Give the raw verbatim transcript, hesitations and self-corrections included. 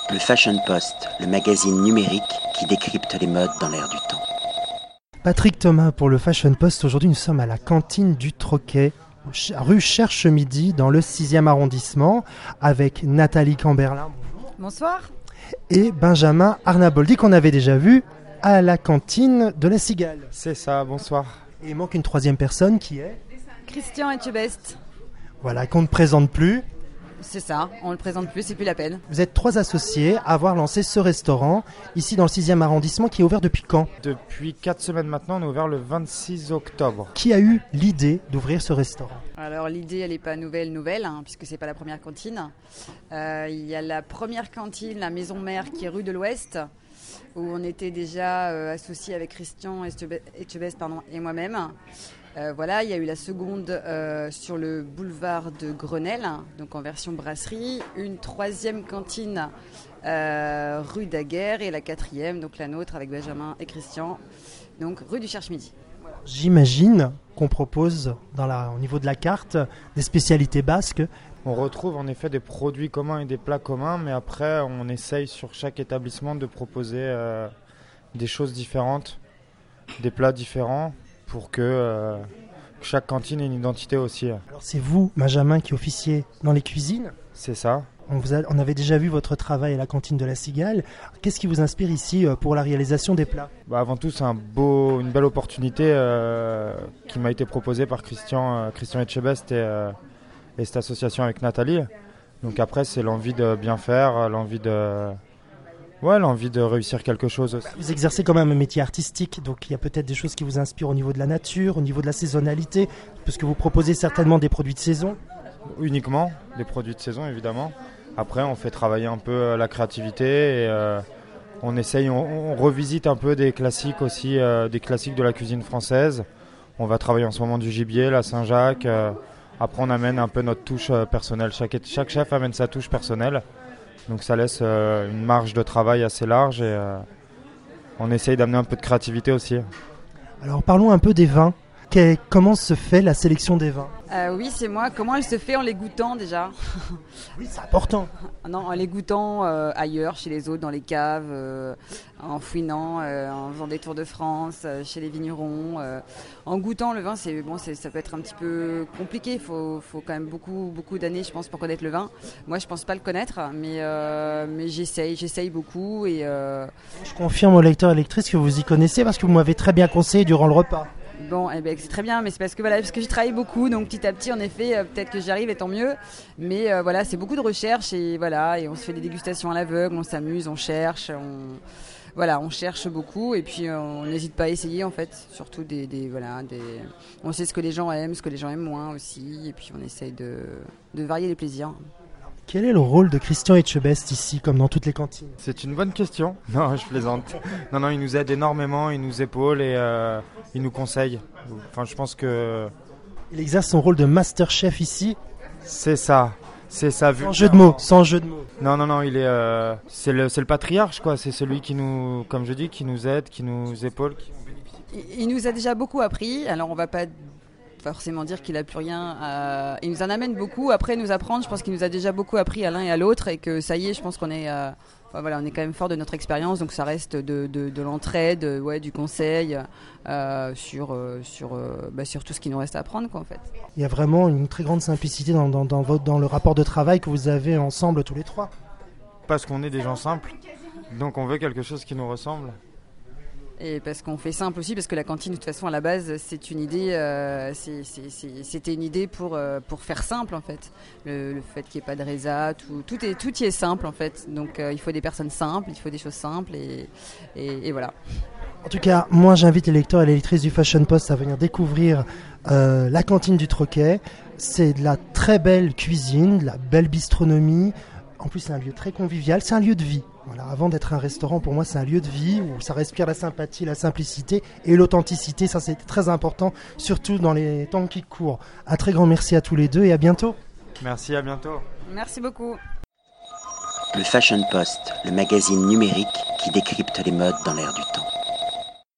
Le Fashion Post, le magazine numérique qui décrypte les modes dans l'air du temps. Patrick Thomas pour le Fashion Post. Aujourd'hui, nous sommes à la cantine du Troquet, rue Cherche-Midi, dans le sixième arrondissement, avec Nathalie Camberlin. Bonsoir. Et Benjamin Arnaboldi, qu'on avait déjà vu à la cantine de la Cigale. C'est ça, bonsoir. Et il manque une troisième personne qui est Christian Etchebest. Voilà, qu'on ne présente plus. C'est ça, on ne le présente plus, c'est plus la peine. Vous êtes trois associés à avoir lancé ce restaurant, ici dans le sixième arrondissement, qui est ouvert depuis quand ? Depuis quatre semaines maintenant, on est ouvert le vingt-six octobre. Qui a eu l'idée d'ouvrir ce restaurant ? Alors l'idée, elle n'est pas nouvelle, nouvelle, hein, puisque c'est pas la première cantine. Euh, il y a la première cantine, la maison mère, qui est rue de l'Ouest, où on était déjà euh, associés avec Christian Etchebest pardon, et moi-même. Euh, voilà, il y a eu la seconde euh, sur le boulevard de Grenelle, donc en version brasserie, une troisième cantine euh, rue Daguerre et la quatrième, donc la nôtre avec Benjamin et Christian, donc rue du Cherche-Midi. Voilà. J'imagine qu'on propose dans la, au niveau de la carte des spécialités basques. On retrouve en effet des produits communs et des plats communs, mais après on essaye sur chaque établissement de proposer euh, des choses différentes, des plats différents, pour que euh, chaque cantine ait une identité aussi. Alors c'est vous, Benjamin, qui officiez dans les cuisines ? C'est ça. On, vous a, on avait déjà vu votre travail à la cantine de la Cigale. Qu'est-ce qui vous inspire ici pour la réalisation des plats ? Bah avant tout, c'est un beau, une belle opportunité euh, qui m'a été proposée par Christian, euh, Christian Etchebest et, euh, et cette association avec Nathalie. Donc après, c'est l'envie de bien faire, l'envie de... Ouais, l'envie de réussir quelque chose aussi. Vous exercez quand même un métier artistique, donc il y a peut-être des choses qui vous inspirent au niveau de la nature, au niveau de la saisonnalité, parce que vous proposez certainement des produits de saison. Uniquement, des produits de saison évidemment. Après, on fait travailler un peu la créativité et euh, on essaye, on, on revisite un peu des classiques aussi, euh, des classiques de la cuisine française. On va travailler en ce moment du gibier, la Saint-Jacques. Euh, après, on amène un peu notre touche euh, personnelle. Chaque, chaque chef amène sa touche personnelle. Donc ça laisse euh, une marge de travail assez large et euh, on essaye d'amener un peu de créativité aussi. Alors parlons un peu des vins. Qu'est, comment se fait la sélection des vins ? euh, Oui, c'est moi. Comment elle se fait en les goûtant déjà ? Oui, c'est important. Non, en les goûtant euh, ailleurs, chez les autres, dans les caves, euh, en fouinant, euh, en faisant des tours de France, euh, chez les vignerons. Euh, en goûtant le vin, c'est, bon, c'est, ça peut être un petit peu compliqué. Il faut, faut quand même beaucoup, beaucoup d'années, je pense, pour connaître le vin. Moi, je pense pas le connaître, mais, euh, mais j'essaye, j'essaye beaucoup. Et, euh... Je confirme aux lecteurs et lectrices que vous y connaissez parce que vous m'avez très bien conseillé durant le repas. Bon, eh ben, c'est très bien, mais c'est parce que voilà, parce que j'ai travaillé beaucoup, donc petit à petit, en effet, euh, peut-être que j'y arrive et tant mieux. Mais euh, voilà, c'est beaucoup de recherche et voilà, et on se fait des dégustations à l'aveugle, on s'amuse, on cherche, on voilà, on cherche beaucoup et puis euh, on n'hésite pas à essayer en fait, surtout des, des voilà, des, on sait ce que les gens aiment, ce que les gens aiment moins aussi, et puis on essaye de, de varier les plaisirs. Quel est le rôle de Christian Etchebest ici, comme dans toutes les cantines ? C'est une bonne question. Non, je plaisante. Non, non, il nous aide énormément, il nous épaule et euh, il nous conseille. Enfin, je pense que... Il exerce son rôle de master chef ici ? C'est ça, c'est ça. Sans jeu de mots, sans jeu de mots. Non, non, non, il est... Euh, c'est, le, c'est le patriarche, quoi. C'est celui qui nous, comme je dis, qui nous aide, qui nous épaule. Qui... Il, il nous a déjà beaucoup appris, alors on va pas... forcément dire qu'il n'a plus rien à... Il nous en amène beaucoup, après nous apprendre, je pense qu'il nous a déjà beaucoup appris à l'un et à l'autre et que ça y est, je pense qu'on est, euh... enfin, voilà, on est quand même fort de notre expérience, donc ça reste de, de, de l'entraide, ouais, du conseil euh, sur, euh, sur, euh, bah, sur tout ce qui nous reste à apprendre, quoi, en fait. Il y a vraiment une très grande simplicité dans, dans, dans, votre, dans le rapport de travail que vous avez ensemble tous les trois. Parce qu'on est des gens simples, donc on veut quelque chose qui nous ressemble. Et parce qu'on fait simple aussi, parce que la cantine, de toute façon, à la base, c'est une idée, euh, c'est, c'est, c'est, c'était une idée pour, euh, pour faire simple, en fait. Le, le fait qu'il n'y ait pas de résa, tout, tout, est, tout y est simple, en fait. Donc, euh, il faut des personnes simples, il faut des choses simples, et, et, et voilà. En tout cas, moi, j'invite les lecteurs et les lectrices du Fashion Post à venir découvrir euh, la cantine du Troquet. C'est de la très belle cuisine, de la belle bistronomie. En plus, c'est un lieu très convivial, c'est un lieu de vie. Voilà, avant d'être un restaurant, pour moi, c'est un lieu de vie où ça respire la sympathie, la simplicité et l'authenticité. Ça, c'est très important, surtout dans les temps qui courent. Un très grand merci à tous les deux et à bientôt. Merci, à bientôt. Merci beaucoup. Le Fashion Post, le magazine numérique qui décrypte les modes dans l'air du temps.